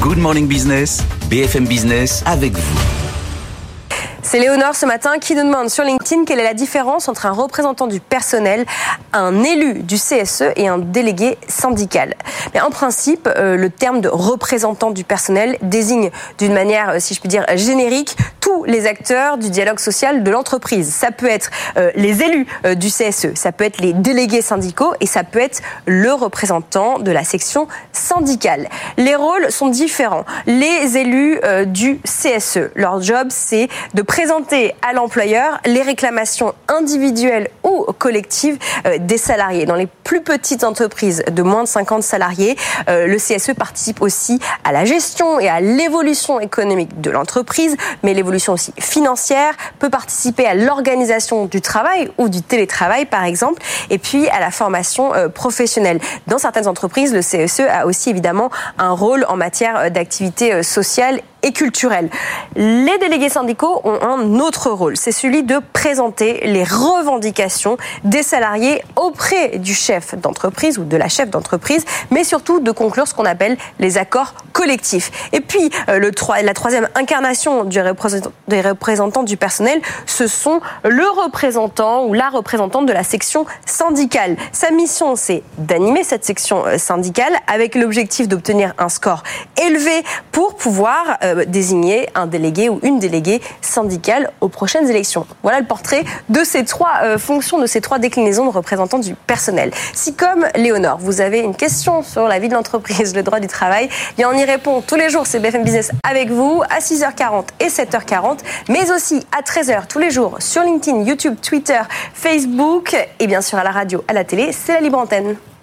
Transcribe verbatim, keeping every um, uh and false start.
Good Morning Business, B F M Business avec vous. C'est Léonore ce matin qui nous demande sur LinkedIn quelle est la différence entre un représentant du personnel, un élu du C S E et un délégué syndical. Mais en principe, euh, le terme de représentant du personnel désigne d'une manière, si je puis dire, générique tous les acteurs du dialogue social de l'entreprise. Ça peut être euh, les élus euh, du C S E, ça peut être les délégués syndicaux et ça peut être le représentant de la section syndicale. Les rôles sont différents. Les élus euh, du C S E, leur job c'est de présenter à l'employeur les réclamations individuelles ou collectives euh, des salariés. Dans les plus petites entreprises de moins de cinquante salariés, euh, le C S E participe aussi à la gestion et à l'évolution économique de l'entreprise, mais l'évolution aussi financière, peut participer à l'organisation du travail ou du télétravail par exemple, et puis à la formation euh, professionnelle. Dans certaines entreprises, le C S E a aussi évidemment un rôle en matière d'activité euh, sociale et culturelle. Les délégués syndicaux ont un autre rôle, c'est celui de présenter les revendications des salariés auprès du chef d'entreprise ou de la chef d'entreprise, mais surtout de conclure ce qu'on appelle les accords collectifs. Et puis, euh, le, la troisième incarnation du représentant, des représentants du personnel, ce sont le représentant ou la représentante de la section syndicale. Sa mission, c'est d'animer cette section syndicale avec l'objectif d'obtenir un score élevé pour pouvoir euh, désigner un délégué ou une déléguée syndicale aux prochaines élections. Voilà le portrait de ces trois euh, fonctions, de ces trois déclinaisons de représentants du personnel. Si comme Léonore, vous avez une question sur la vie de l'entreprise, le droit du travail, bien on y répond tous les jours, c'est B F M Business avec vous à six heures quarante et sept heures quarante, mais aussi à treize heures tous les jours sur LinkedIn, YouTube, Twitter, Facebook et bien sûr à la radio, à la télé, c'est la libre antenne.